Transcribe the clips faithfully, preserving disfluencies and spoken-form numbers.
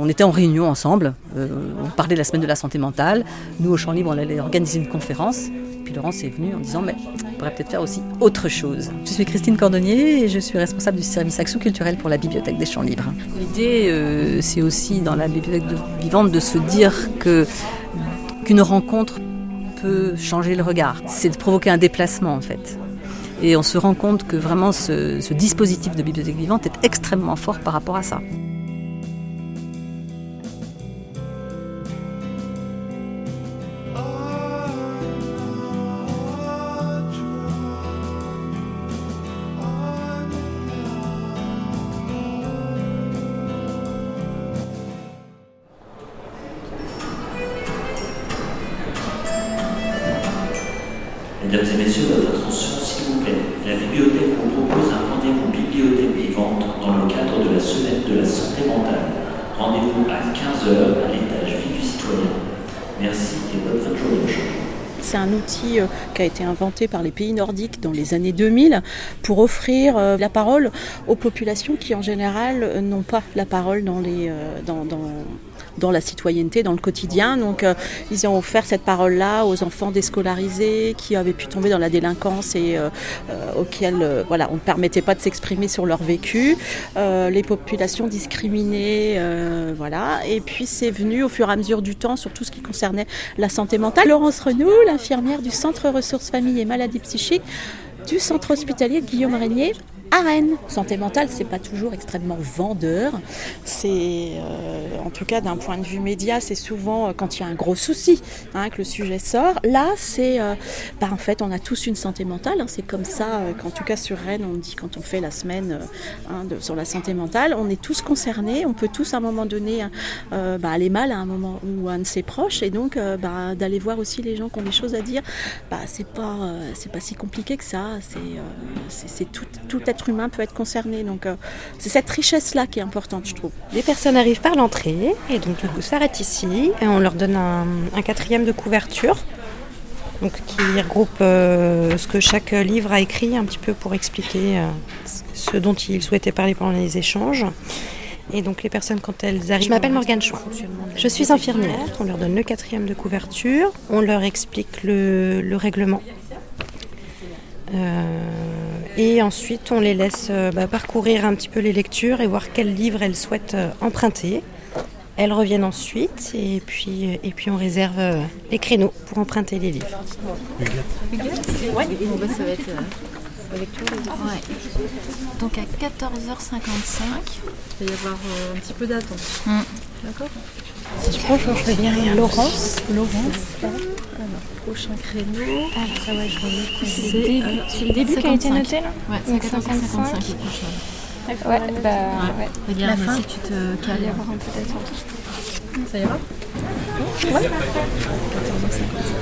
on était en réunion ensemble, euh, on parlait de la semaine de la santé mentale. Nous, au Champ Libre, on allait organiser une conférence. Puis Laurence est venue en disant mais on pourrait peut-être faire aussi autre chose. Je suis Christine Cordonnier et je suis responsable du service action culturelle pour la Bibliothèque des Champs Libres. L'idée, euh, c'est aussi dans la Bibliothèque vivante de se dire que, qu'une rencontre peut changer le regard. C'est de provoquer un déplacement en fait. Et on se rend compte que vraiment ce, ce dispositif de Bibliothèque vivante est extrêmement fort par rapport à ça. Mesdames et messieurs, votre attention s'il vous plaît. La bibliothèque vous propose un rendez-vous bibliothèque vivante dans le cadre de la semaine de la santé mentale. Rendez-vous à quinze heures à l'étage Vie du Citoyen. Merci et bonne fin de journée au Champ Libre. C'est un outil euh, qui a été inventé par les pays nordiques dans les années deux mille pour offrir euh, la parole aux populations qui en général euh, n'ont pas la parole dans, les, euh, dans, dans, dans la citoyenneté, dans le quotidien. Donc euh, ils ont offert cette parole-là aux enfants déscolarisés qui avaient pu tomber dans la délinquance et euh, euh, auxquels euh, voilà, on ne permettait pas de s'exprimer sur leur vécu, euh, les populations discriminées, euh, voilà. Et puis c'est venu au fur et à mesure du temps sur tout ce qui concernait la santé mentale. Laurence Renou, infirmière du Centre Ressources Famille et Maladies Psychiques du Centre Hospitalier de Guillaume Régnier à Rennes. Santé mentale, c'est pas toujours extrêmement vendeur. C'est, euh, en tout cas d'un point de vue média, c'est souvent euh, quand il y a un gros souci hein, que le sujet sort. Là, c'est, euh, bah, en fait, on a tous une santé mentale. Hein, c'est comme ça euh, qu'en tout cas sur Rennes, on dit quand on fait la semaine euh, hein, de, sur la santé mentale, on est tous concernés. On peut tous à un moment donné euh, bah, aller mal à un moment ou un de ses proches, et donc euh, bah, d'aller voir aussi les gens qui ont des choses à dire. Bah, c'est pas, euh, c'est pas si compliqué que ça. C'est, euh, c'est, c'est tout, tout être humain peut être concerné, donc euh, c'est cette richesse-là qui est importante, je trouve. Les personnes arrivent par l'entrée et donc du coup s'arrêtent ici et on leur donne un, un quatrième de couverture, donc qui regroupe euh, ce que chaque livre a écrit un petit peu pour expliquer euh, ce dont ils souhaitaient parler pendant les échanges. Et donc les personnes quand elles arrivent... Je m'appelle Morgane Chouin, je suis infirmière, on leur donne le quatrième de couverture, on leur explique le, le règlement. Euh, et ensuite on les laisse euh, bah, parcourir un petit peu les lectures et voir quel livre elles souhaitent euh, emprunter. Elles reviennent ensuite et puis, et puis on réserve euh, les créneaux pour emprunter les livres. Ouais. Bon, bah, ça va être euh, avec toi. Ouais. Donc à quatorze heures cinquante-cinq, il va y avoir euh, un petit peu d'attente. Mm. D'accord. Si je prends, je fais bien rien. Laurence. Laurence. Alors, prochain créneau. Ah, ça ouais, je remets. C'est, c'est, début, euh, c'est le début cinquante-cinq. Qui a été noté là. Ouais, c'est quatorze heures cinquante-cinq le prochain. Ouais, bah ouais. Regarde, la fin. si tu te cales. Il va y avoir un peu d'attente. Ça ira ? Ouais. quatorze heures cinquante-cinq.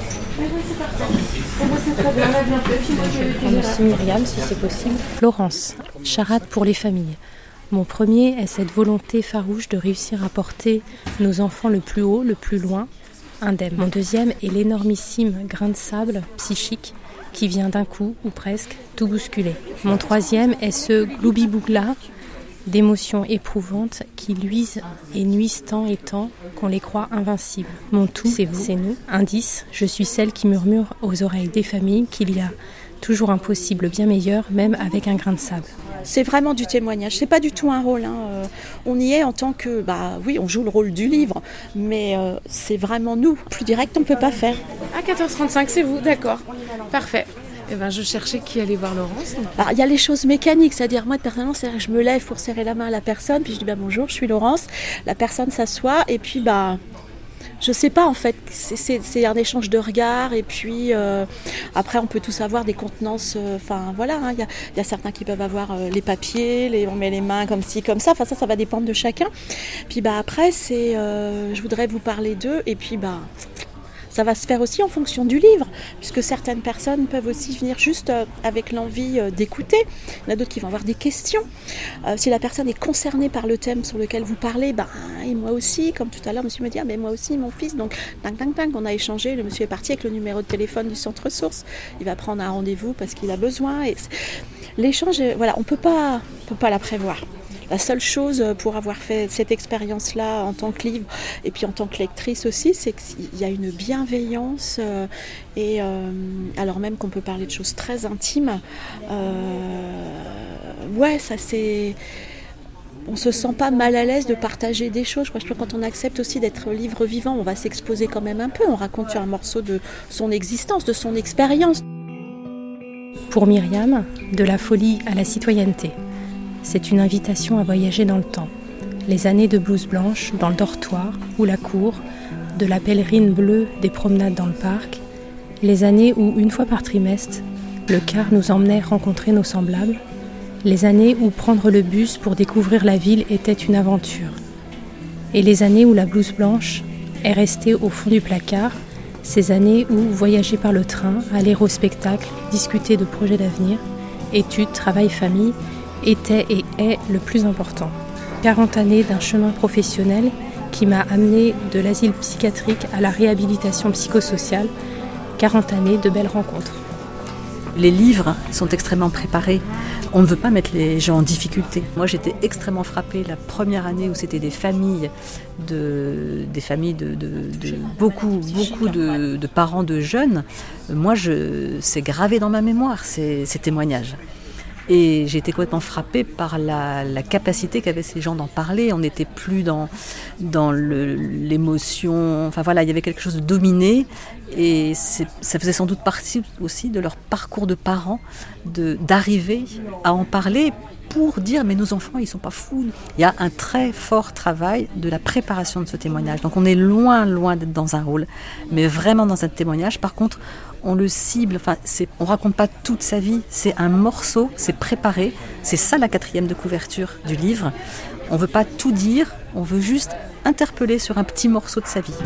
Je prends aussi Myriam si c'est possible. Laurence, charade pour les familles. Mon premier est cette volonté farouche de réussir à porter nos enfants le plus haut, le plus loin, indemne. Mon deuxième est l'énormissime grain de sable psychique qui vient d'un coup, ou presque, tout bousculer. Mon troisième est ce gloubi-bougla d'émotions éprouvantes qui luisent et nuisent tant et tant qu'on les croit invincibles. Mon tout, c'est vous, c'est nous. Indice, je suis celle qui murmure aux oreilles des familles qu'il y a toujours un possible bien meilleur, même avec un grain de sable. C'est vraiment du témoignage, c'est pas du tout un rôle. Hein. Euh, on y est en tant que, bah oui, on joue le rôle du livre, mais euh, c'est vraiment nous. Plus direct, on peut pas faire. À quatorze heures trente-cinq, c'est vous, d'accord. Parfait. Eh ben, je cherchais qui allait voir Laurence. Alors, il y a les choses mécaniques, c'est-à-dire moi personnellement, c'est je me lève pour serrer la main à la personne, puis je dis bah bonjour, je suis Laurence. La personne s'assoit et puis bah je sais pas en fait, c'est, c'est, c'est un échange de regards et puis euh, après on peut tous avoir des contenances, enfin euh, voilà, il hein, y, y a certains qui peuvent avoir euh, les papiers, les, on met les mains comme ci, comme ça, enfin ça, ça va dépendre de chacun. Puis bah après c'est, euh, je voudrais vous parler d'eux et puis bah ça va se faire aussi en fonction du livre, puisque certaines personnes peuvent aussi venir juste avec l'envie d'écouter. Il y en a d'autres qui vont avoir des questions. Euh, si la personne est concernée par le thème sur lequel vous parlez, ben, et moi aussi, comme tout à l'heure, monsieur me dit, ah, mais moi aussi, mon fils, donc, tang, tang, tang, on a échangé, le monsieur est parti avec le numéro de téléphone du centre ressources. Il va prendre un rendez-vous parce qu'il a besoin. Et l'échange, voilà, on peut pas, on peut pas la prévoir. La seule chose pour avoir fait cette expérience-là en tant que livre et puis en tant que lectrice aussi, c'est qu'il y a une bienveillance euh, et euh, alors même qu'on peut parler de choses très intimes, euh, ouais, ça c'est... On ne se sent pas mal à l'aise de partager des choses. Je crois que quand on accepte aussi d'être livre vivant, on va s'exposer quand même un peu. On raconte un morceau de son existence, de son expérience. Pour Myriam, de la folie à la citoyenneté. C'est une invitation à voyager dans le temps. Les années de blouse blanche dans le dortoir ou la cour, de la pèlerine bleue des promenades dans le parc, les années où, une fois par trimestre, le car nous emmenait rencontrer nos semblables, les années où prendre le bus pour découvrir la ville était une aventure, et les années où la blouse blanche est restée au fond du placard, ces années où voyager par le train, aller au spectacle, discuter de projets d'avenir, études, travail, famille, était et est le plus important. quarante années d'un chemin professionnel qui m'a amené de l'asile psychiatrique à la réhabilitation psychosociale, quarante années de belles rencontres. Les livres sont extrêmement préparés. On ne veut pas mettre les gens en difficulté. Moi, j'étais extrêmement frappée la première année où c'était des familles, de, des familles de, de, de beaucoup, beaucoup de, de parents de jeunes. Moi, je, c'est gravé dans ma mémoire, ces, ces témoignages. Et j'ai été complètement frappée par la, la capacité qu'avaient ces gens d'en parler. On n'était plus dans, dans le, l'émotion. Enfin voilà, il y avait quelque chose de dominé. Et c'est, ça faisait sans doute partie aussi de leur parcours de parents, de, d'arriver à en parler pour dire mais nos enfants ils sont pas fous. Il y a un très fort travail de la préparation de ce témoignage. Donc on est loin, loin d'être dans un rôle, mais vraiment dans un témoignage. Par contre, on le cible, enfin, c'est, on raconte pas toute sa vie, c'est un morceau, c'est préparé, c'est ça la quatrième de couverture du livre. On veut pas tout dire, on veut juste interpeller sur un petit morceau de sa vie.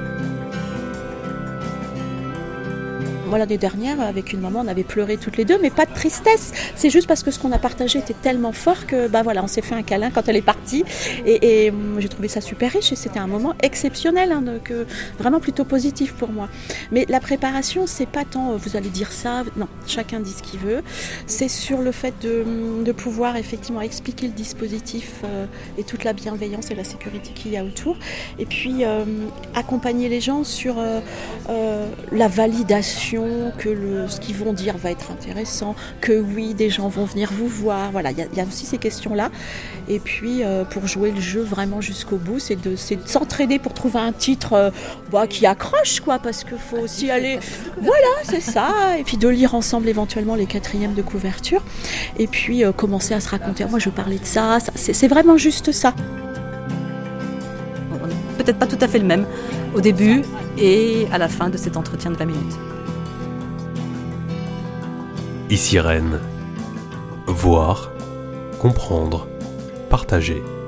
Moi, l'année dernière, avec une maman, on avait pleuré toutes les deux, mais pas de tristesse. C'est juste parce que ce qu'on a partagé était tellement fort que, bah voilà, on s'est fait un câlin quand elle est partie. Et, et j'ai trouvé ça super riche et c'était un moment exceptionnel, hein, donc, euh, vraiment plutôt positif pour moi. Mais la préparation, c'est pas tant, euh, vous allez dire ça, non, chacun dit ce qu'il veut. C'est sur le fait de, de pouvoir effectivement expliquer le dispositif euh, et toute la bienveillance et la sécurité qu'il y a autour. Et puis, euh, accompagner les gens sur euh, euh, la validation, que le, ce qu'ils vont dire va être intéressant, que oui, des gens vont venir vous voir. Voilà, il y, y a aussi ces questions-là. Et puis, euh, pour jouer le jeu vraiment jusqu'au bout, c'est de, c'est de s'entraider pour trouver un titre euh, bah, qui accroche, quoi, parce qu'il faut aussi aller... Voilà, c'est ça. Et puis de lire ensemble éventuellement les quatrièmes de couverture. Et puis, euh, commencer à se raconter. Moi, je parlais de ça. ça c'est, c'est vraiment juste ça. Peut-être pas tout à fait le même au début et à la fin de cet entretien de vingt minutes. Ici Rennes. Voir, comprendre, partager.